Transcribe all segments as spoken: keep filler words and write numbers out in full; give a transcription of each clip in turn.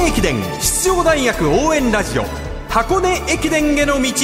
根駅伝出場大学応援ラジオ、箱根駅伝への道。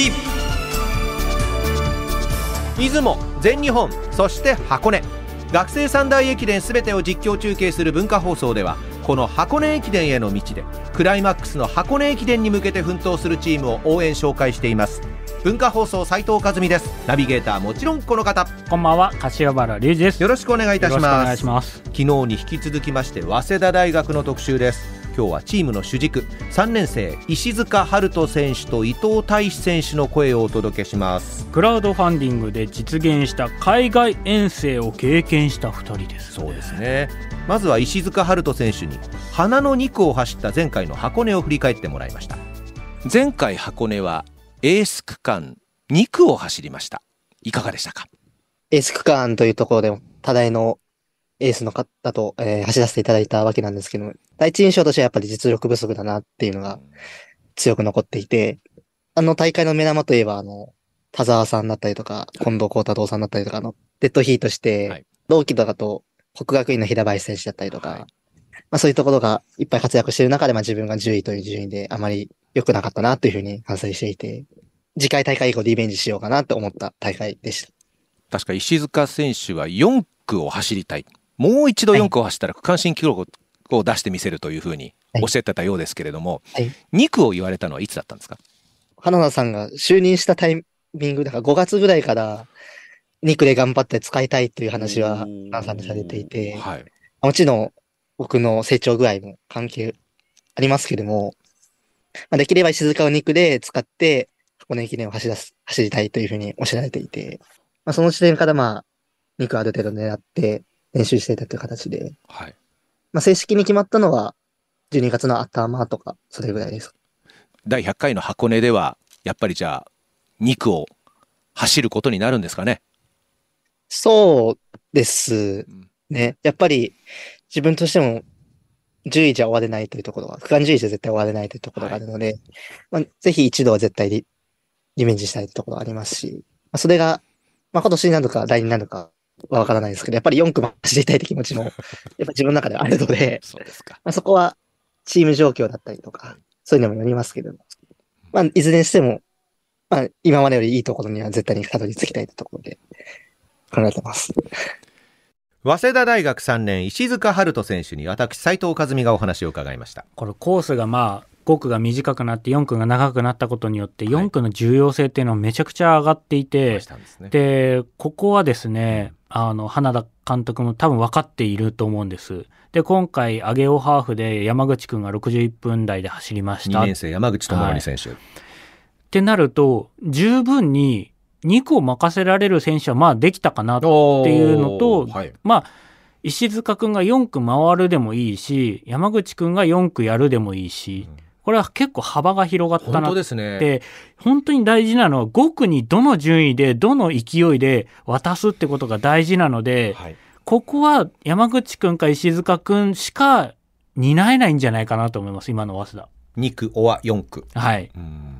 出雲、全日本、そして箱根、学生三大駅伝すべてを実況中継する文化放送では、この箱根駅伝への道でクライマックスの箱根駅伝に向けて奮闘するチームを応援紹介しています。文化放送斉藤和美です。ナビゲーターもちろんこの方。 こんばんは、柏原隆二です。 よろしくお願いいたします。 よろしくお願いします。 昨日に引き続きまして早稲田大学の特集です。今日はチームの主軸さんねん生石塚陽士選手と伊藤大志選手の声をお届けします。 クラウドファンディングで実現した海外遠征を経験したふたりです、 ね、そうですね。まずは石塚陽士選手に花のに区を走った前回の箱根を振り返ってもらいました。前回箱根はエース区間に区を走りました。いかがでしたか？ エース区間というところでも多大のエースの方と、えー走らせていただいたわけなんですけども、第一印象としてはやっぱり実力不足だなっていうのが強く残っていて、あの大会の目玉といえば、あの、田沢さんだったりとか、近藤幸太郎さんだったりとか、あの、デッドヒートして、はい、同期とかと国学院の平林選手だったりとか、はい、まあそういうところがいっぱい活躍している中で、まあ自分がじゅういという順位であまり良くなかったなというふうに反省していて、次回大会以降リベンジしようかなと思った大会でした。 確か石塚選手はよん区を走りたい。もう一度よん区を走ったら区間新記録を出してみせるというふうにおっしゃってたようですけれども、はいはい、に区を言われたのはいつだったんですか？花田さんが就任したタイミングだからごがつぐらいからに区で頑張って使いたいという話は花田さんにされていて、はい、もちろん僕の成長具合も関係ありますけれども、まあ、できれば石塚をに区で使って箱根駅伝を走らす走りたいというふうにおっしゃられていて、まあ、その時点からまあに区ある程度狙って練習していたという形で、はい、まあ、正式に決まったのはじゅうにがつの頭とかそれぐらいです。 だいひゃっかいの箱根ではやっぱりじゃあに区を走ることになるんですかね？ そうですね。やっぱり自分としてもじゅういじゃ終われないというところは、区間じゅういじゃ絶対終われないというところがあるので、はい、まあ、ぜひ一度は絶対リリベンジしたいというところがありますし、まあ、それが、まあ、今年になるのか来年になるのかはわからないですけど、やっぱりよん区も走りたいって気持ちも、やっぱ自分の中ではあるので、そうですか。まあ、そこはチーム状況だったりとか、そういうのもよりますけども、まあ、いずれにしても、まあ、今までよりいいところには絶対にたどり着きたいというところで考えてます。 早稲田大学さんねん石塚陽士選手に私斉藤和美がお話を伺いました。 これコースがまあご区が短くなってよん区が長くなったことによってよん区の重要性っていうのはめちゃくちゃ上がっていて、はい、でここはですね、あの花田監督も多分分かっていると思うんです。で今回上尾ハーフで山口くんがろくじゅういっぷん台で走りました。 にねん生山口智則選手、はい、 ってなると十分にに区を任せられる選手はまあできたかなっていうのと、はい、まあ石塚くんがよん区回るでもいいし山口くんがよん区やるでもいいし、うん、これは結構幅が広がったなって。本当ですね。本当に大事なのはご区にどの順位でどの勢いで渡すってことが大事なので、はい、ここは山口くんか石塚くんしか担えないんじゃないかなと思います。今の早稲田に区おはよん区、 はい、うん、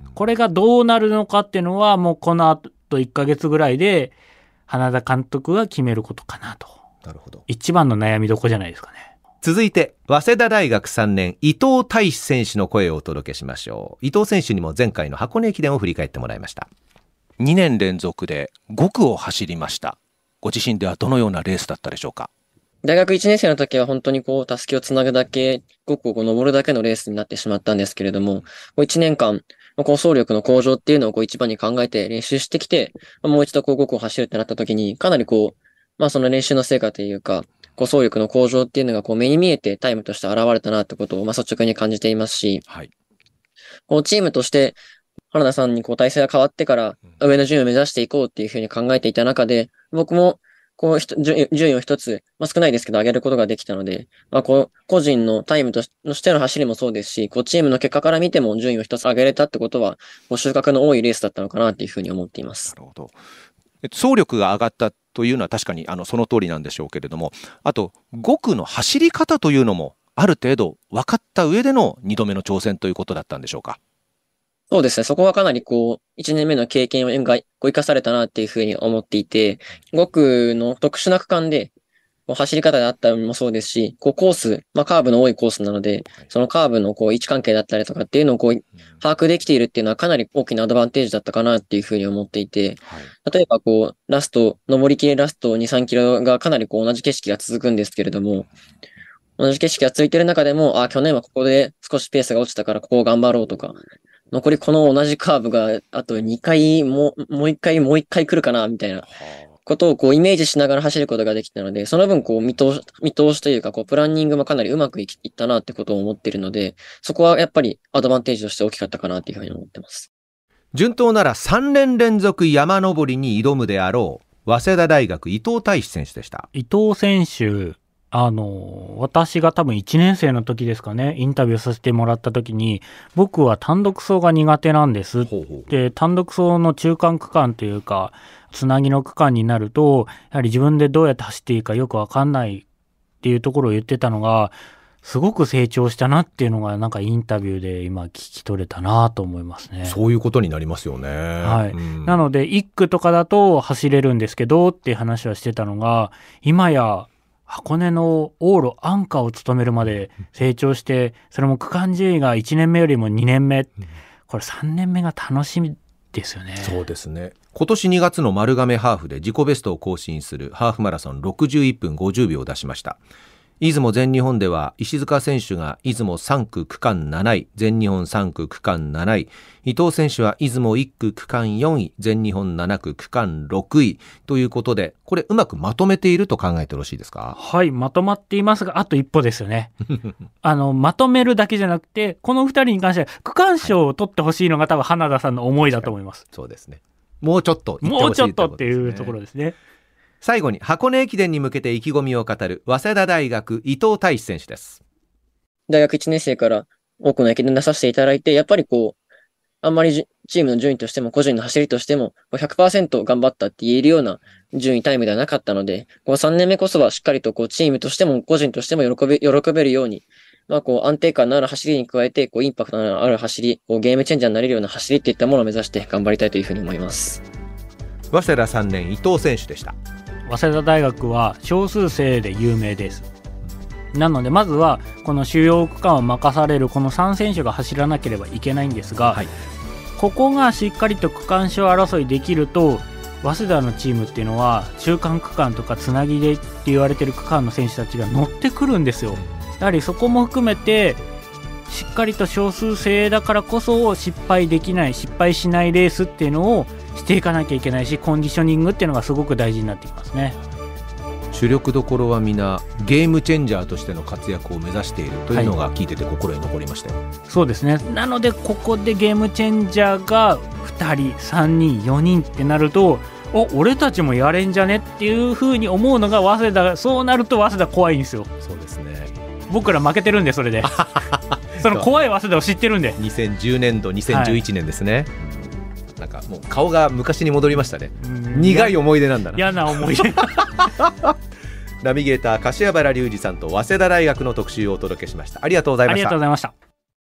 これがどうなるのかっていうのはもうこの後いっかげつぐらいで花田監督が決めることかなと。なるほど。一番の悩みどこじゃないですかね。 続いて早稲田大学さんねん伊藤大志選手の声をお届けしましょう。伊藤選手にも前回の箱根駅伝を振り返ってもらいました。にねん連続でご区を走りました。ご自身ではどのようなレースだったでしょうか？ 大学いちねん生の時は本当にこう、たすきをつなぐだけ、ご区をこう登るだけのレースになってしまったんですけれども、こういちねんかん、こう走力の向上っていうのをこう一番に考えて練習してきて、もう一度こうご区を走るってなった時に、かなりこう、まあその練習の成果というか、こう走力の向上っていうのがこう目に見えてタイムとして現れたなってことをまあ率直に感じていますし、はい、こうチームとして原田さんにこう体制が変わってから上の順位を目指していこうっていうふうに考えていた中で、僕もこう順位を一つ、まあ、少ないですけど上げることができたので、まあ、こう個人のタイムとしての走りもそうですし、こうチームの結果から見ても順位を一つ上げれたってことは、こう収穫の多いレースだったのかなっていうふうに思っています。 なるほど。走力が上がったというのは確かにあのその通りなんでしょうけれども、あとご区の走り方というのもある程度分かった上でのにどめの挑戦ということだったんでしょうか？ そうですね。そこはかなりこう、いちねんめの経験を生かされたなっていうふうに思っていて、ご区の特殊な区間で、 こう走り方であったりもそうですし、こうコース、まあカーブの多いコースなので、そのカーブのこう位置関係だったりとかっていうのをこう把握できているっていうのはかなり大きなアドバンテージだったかなっていうふうに思っていて、例えばこうラスト、上り系ラストに、さんキロがかなりこう同じ景色が続くんですけれども、同じ景色が続いている中でも、あ、去年はここで少しペースが落ちたからここを頑張ろうとか、残りこの同じカーブがあとにかい、もう、もういっかい、もういっかい来るかな、みたいなことをこうイメージしながら走ることができたので、その分こう見通し、見通しというかこうプランニングもかなりうまくいったなってことを思っているので、そこはやっぱりアドバンテージとして大きかったかなっていうふうに思ってます。 順当ならさんねん連続山登りに挑むであろう、早稲田大学伊藤大志選手でした。 伊藤選手、あの、私が多分いちねん生の時ですかね、インタビューさせてもらった時に、僕は単独走が苦手なんです。で、単独走の中間区間というか、つなぎの区間になると、やはり自分でどうやって走っていいかよくわかんないっていうところを言ってたのが、すごく成長したなっていうのが、なんかインタビューで今聞き取れたなと思いますね。 そういうことになりますよね。 はい。 うん、 なので、いっ区とかだと走れるんですけどっていう話はしてたのが、今や、箱根の往路アンカーを務めるまで成長して、それも区間順位がいちねんめよりもにねんめ、これさんねんめが楽しみですよね。 そうですね。今年にがつの丸亀ハーフで自己ベストを更新するハーフマラソンろくじゅういっぷんごじゅうびょうを出しました。出雲全日本では石塚選手が出雲さん区区間なない、全日本さん区区間なない、伊藤選手は出雲いっ区区間よんい、全日本なな区区間ろくいということで、これうまくまとめていると考えてよろしいですか？ はい、まとまっていますが、あと一歩ですよね。あのまとめるだけじゃなくて、このふたりに関しては区間賞を取ってほしいのが多分花田さんの思いだと思います。 そうですね。もうちょっと言ってほしい、 もうちょっとっていうところですね。 最後に箱根駅伝に向けて意気込みを語る早稲田大学伊藤大志選手です。 大学いちねん生から多くの駅伝出させていただいて、やっぱりこう、あんまりチームの順位としても個人の走りとしても ひゃくパーセント 頑張ったって言えるような順位タイムではなかったので、こうさんねんめこそはしっかりとこうチームとしても個人としても喜べ、喜べるように、まあこう安定感のある走りに加えて、こうインパクトのある走り、こうゲームチェンジャーになれるような走りっていったものを目指して頑張りたいというふうに思います。 早稲田さんねん伊藤選手でした。 早稲田大学は少数生で有名です。なのでまずはこの主要区間を任されるこのさん選手が走らなければいけないんですが、はい、ここがしっかりと区間賞争いできると、早稲田のチームっていうのは中間区間とかつなぎでって言われてる区間の選手たちが乗ってくるんですよ。やはりそこも含めてしっかりと少数生だからこそ失敗できない失敗しないレースっていうのをしていかなきゃいけないし、コンディショニングっていうのがすごく大事になってきますね。 主力どころはみんなゲームチェンジャーとしての活躍を目指しているというのが聞いてて心に残りましたよ、はい、 そうですね。なのでここでゲームチェンジャーがふたりさんにんよにんってなると、お俺たちもやれんじゃねっていう風に思うのが早稲田。そうなると早稲田怖いんですよ。 そうですね。 僕ら負けてるんで、それでその怖い早稲田を知ってるんで。 にせんじゅうねんどにせんじゅういちねんですね、はい、なんかもう顔が昔に戻りましたね。苦い思い出なんだな。 嫌な思い出ナビゲーター柏原隆二さんと早稲田大学の特集をお届けしました。ありがとうございました。 ありがとうございました。